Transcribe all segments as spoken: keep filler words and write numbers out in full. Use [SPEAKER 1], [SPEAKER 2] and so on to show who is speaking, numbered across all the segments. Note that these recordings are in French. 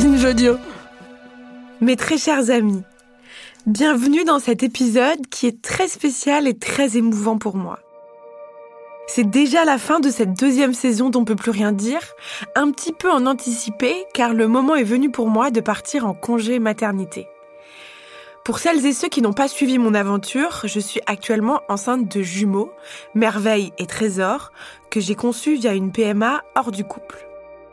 [SPEAKER 1] Binge Audio. Mes très chers amis, bienvenue dans cet épisode qui est très spécial et très émouvant pour moi. C'est déjà la fin de cette deuxième saison d'On peut plus rien dire, un petit peu en anticipé car le moment est venu pour moi de partir en congé maternité. Pour celles et ceux qui n'ont pas suivi mon aventure, je suis actuellement enceinte de jumeaux, Merveille et Trésor, que j'ai conçus via une P M A hors du couple.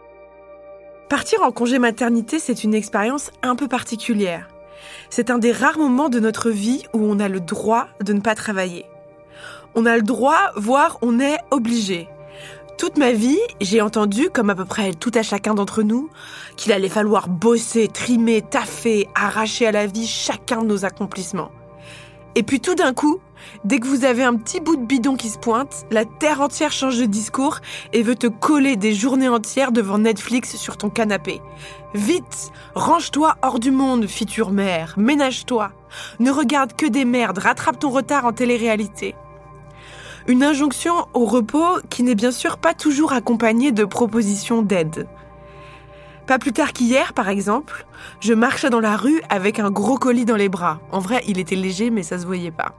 [SPEAKER 1] Partir en congé maternité, c'est une expérience un peu particulière. C'est un des rares moments de notre vie où on a le droit de ne pas travailler. On a le droit, voire on est obligé. Toute ma vie, j'ai entendu, comme à peu près tout à chacun d'entre nous, qu'il allait falloir bosser, trimer, taffer, arracher à la vie chacun de nos accomplissements. Et puis tout d'un coup, dès que vous avez un petit bout de bidon qui se pointe, la terre entière change de discours et veut te coller des journées entières devant Netflix sur ton canapé. Vite, range-toi hors du monde, future mère, ménage-toi. Ne regarde que des merdes, rattrape ton retard en télé-réalité. Une injonction au repos qui n'est bien sûr pas toujours accompagnée de propositions d'aide. Pas plus tard qu'hier, par exemple, je marchais dans la rue avec un gros colis dans les bras. En vrai, il était léger, mais ça se voyait pas.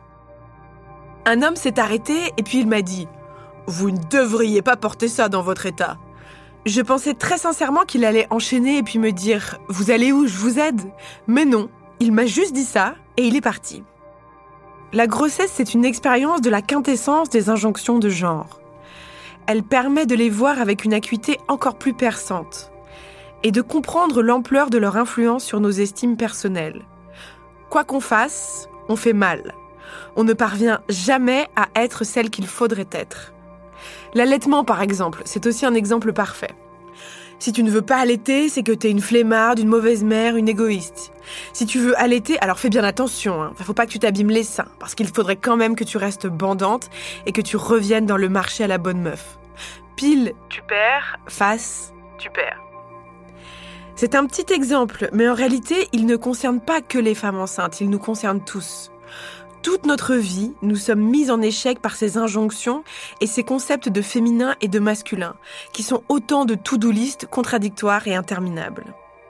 [SPEAKER 1] Un homme s'est arrêté et puis il m'a dit « Vous ne devriez pas porter ça dans votre état ». Je pensais très sincèrement qu'il allait enchaîner et puis me dire « Vous allez où ? Je vous aide ?» Mais non, il m'a juste dit ça et il est parti. La grossesse, c'est une expérience de la quintessence des injonctions de genre. Elle permet de les voir avec une acuité encore plus perçante et de comprendre l'ampleur de leur influence sur nos estimes personnelles. Quoi qu'on fasse, on fait mal. On ne parvient jamais à être celle qu'il faudrait être. L'allaitement, par exemple, c'est aussi un exemple parfait. Si tu ne veux pas allaiter, c'est que t'es une flemmarde, une mauvaise mère, une égoïste. Si tu veux allaiter, alors fais bien attention, hein. Faut pas que tu t'abîmes les seins, parce qu'il faudrait quand même que tu restes bandante et que tu reviennes dans le marché à la bonne meuf. Pile, tu perds, face, tu perds. C'est un petit exemple, mais en réalité, il ne concerne pas que les femmes enceintes, il nous concerne tous. Toute notre vie, nous sommes mis en échec par ces injonctions et ces concepts de féminin et de masculin, qui sont autant de to-do list contradictoires et interminables.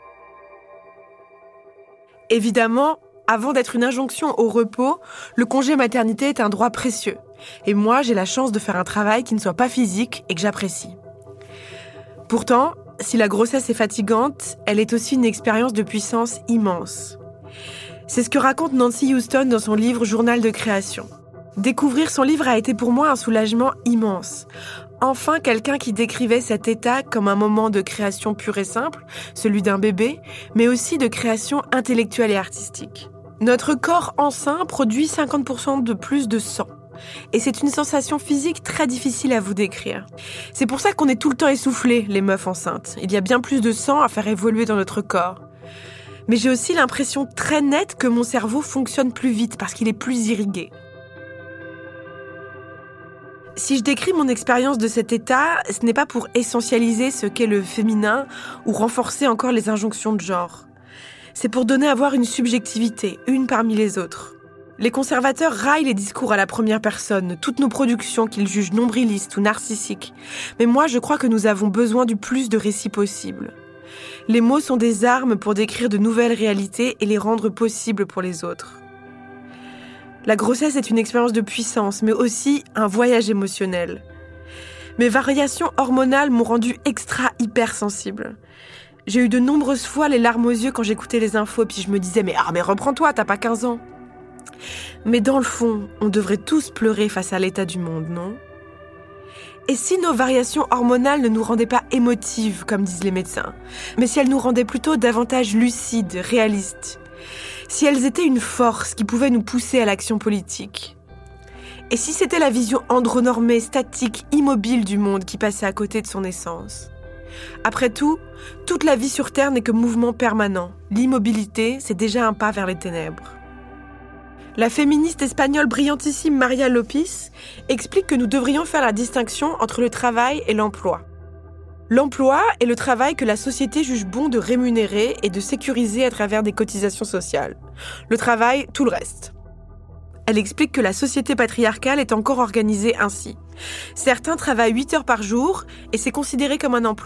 [SPEAKER 1] Évidemment, avant d'être une injonction au repos, le congé maternité est un droit précieux. Et moi, j'ai la chance de faire un travail qui ne soit pas physique et que j'apprécie. Pourtant, si la grossesse est fatigante, elle est aussi une expérience de puissance immense. C'est ce que raconte Nancy Houston dans son livre Journal de création. Découvrir son livre a été pour moi un soulagement immense. Enfin, quelqu'un qui décrivait cet état comme un moment de création pure et simple, celui d'un bébé, mais aussi de création intellectuelle et artistique. Notre corps enceint produit cinquante pour cent de plus de sang. Et c'est une sensation physique très difficile à vous décrire. C'est pour ça qu'on est tout le temps essoufflés, les meufs enceintes. Il y a bien plus de sang à faire évoluer dans notre corps. Mais j'ai aussi l'impression très nette que mon cerveau fonctionne plus vite parce qu'il est plus irrigué. Si je décris mon expérience de cet état, ce n'est pas pour essentialiser ce qu'est le féminin ou renforcer encore les injonctions de genre. C'est pour donner à voir une subjectivité, une parmi les autres. Les conservateurs raillent les discours à la première personne, toutes nos productions qu'ils jugent nombrilistes ou narcissiques. Mais moi, je crois que nous avons besoin du plus de récits possibles. Les mots sont des armes pour décrire de nouvelles réalités et les rendre possibles pour les autres. La grossesse est une expérience de puissance, mais aussi un voyage émotionnel. Mes variations hormonales m'ont rendue extra hypersensible. J'ai eu de nombreuses fois les larmes aux yeux quand j'écoutais les infos, puis je me disais « Mais, ah, mais reprends-toi, t'as pas quinze ans !» Mais dans le fond, on devrait tous pleurer face à l'état du monde, non ? Et si nos variations hormonales ne nous rendaient pas émotives, comme disent les médecins, mais si elles nous rendaient plutôt davantage lucides, réalistes, si elles étaient une force qui pouvait nous pousser à l'action politique, et si c'était la vision andronormée, statique, immobile du monde qui passait à côté de son essence. Après tout, toute la vie sur Terre n'est que mouvement permanent. L'immobilité, c'est déjà un pas vers les ténèbres. La féministe espagnole brillantissime Maria Lopis explique que nous devrions faire la distinction entre le travail et l'emploi. L'emploi est le travail que la société juge bon de rémunérer et de sécuriser à travers des cotisations sociales. Le travail, tout le reste. Elle explique que la société patriarcale est encore organisée ainsi. Certains travaillent huit heures par jour et c'est considéré comme un emploi.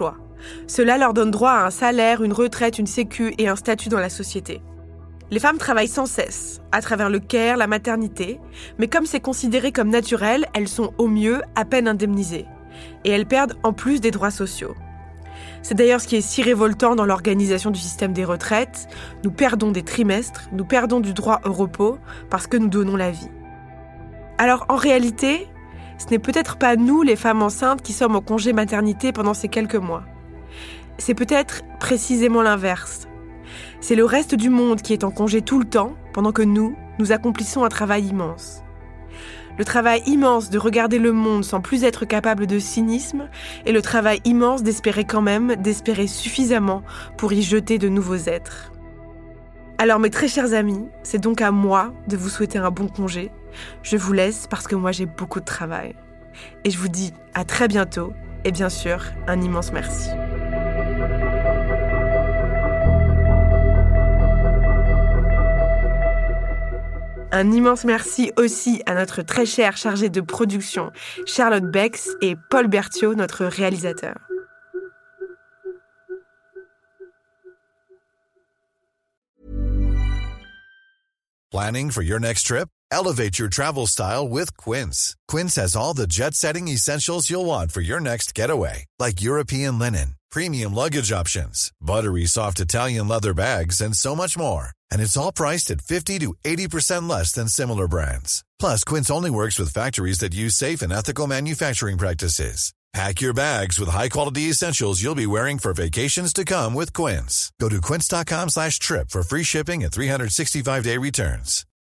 [SPEAKER 1] Cela leur donne droit à un salaire, une retraite, une sécu et un statut dans la société. Les femmes travaillent sans cesse, à travers le care, la maternité, mais comme c'est considéré comme naturel, elles sont au mieux à peine indemnisées. Et elles perdent en plus des droits sociaux. C'est d'ailleurs ce qui est si révoltant dans l'organisation du système des retraites. Nous perdons des trimestres, nous perdons du droit au repos parce que nous donnons la vie. Alors en réalité, ce n'est peut-être pas nous, les femmes enceintes, qui sommes en congé maternité pendant ces quelques mois. C'est peut-être précisément l'inverse. C'est le reste du monde qui est en congé tout le temps, pendant que nous, nous accomplissons un travail immense. Le travail immense de regarder le monde sans plus être capable de cynisme et le travail immense d'espérer quand même, d'espérer suffisamment pour y jeter de nouveaux êtres. Alors mes très chers amis, c'est donc à moi de vous souhaiter un bon congé. Je vous laisse parce que moi j'ai beaucoup de travail. Et je vous dis à très bientôt et bien sûr, un immense merci. Un immense merci aussi à notre très cher chargé de production, Charlotte Bex, et Paul Berthiaud, notre réalisateur.
[SPEAKER 2] Planning for your next trip? Elevate your travel style with Quince. Quince has all the jet-setting essentials you'll want for your next getaway, like European linen, premium luggage options, buttery soft Italian leather bags, and so much more. And it's all priced at fifty to eighty percent less than similar brands. Plus, Quince only works with factories that use safe and ethical manufacturing practices. Pack your bags with high-quality essentials you'll be wearing for vacations to come with Quince. Go to quince.com slash trip for free shipping and three sixty-five day returns.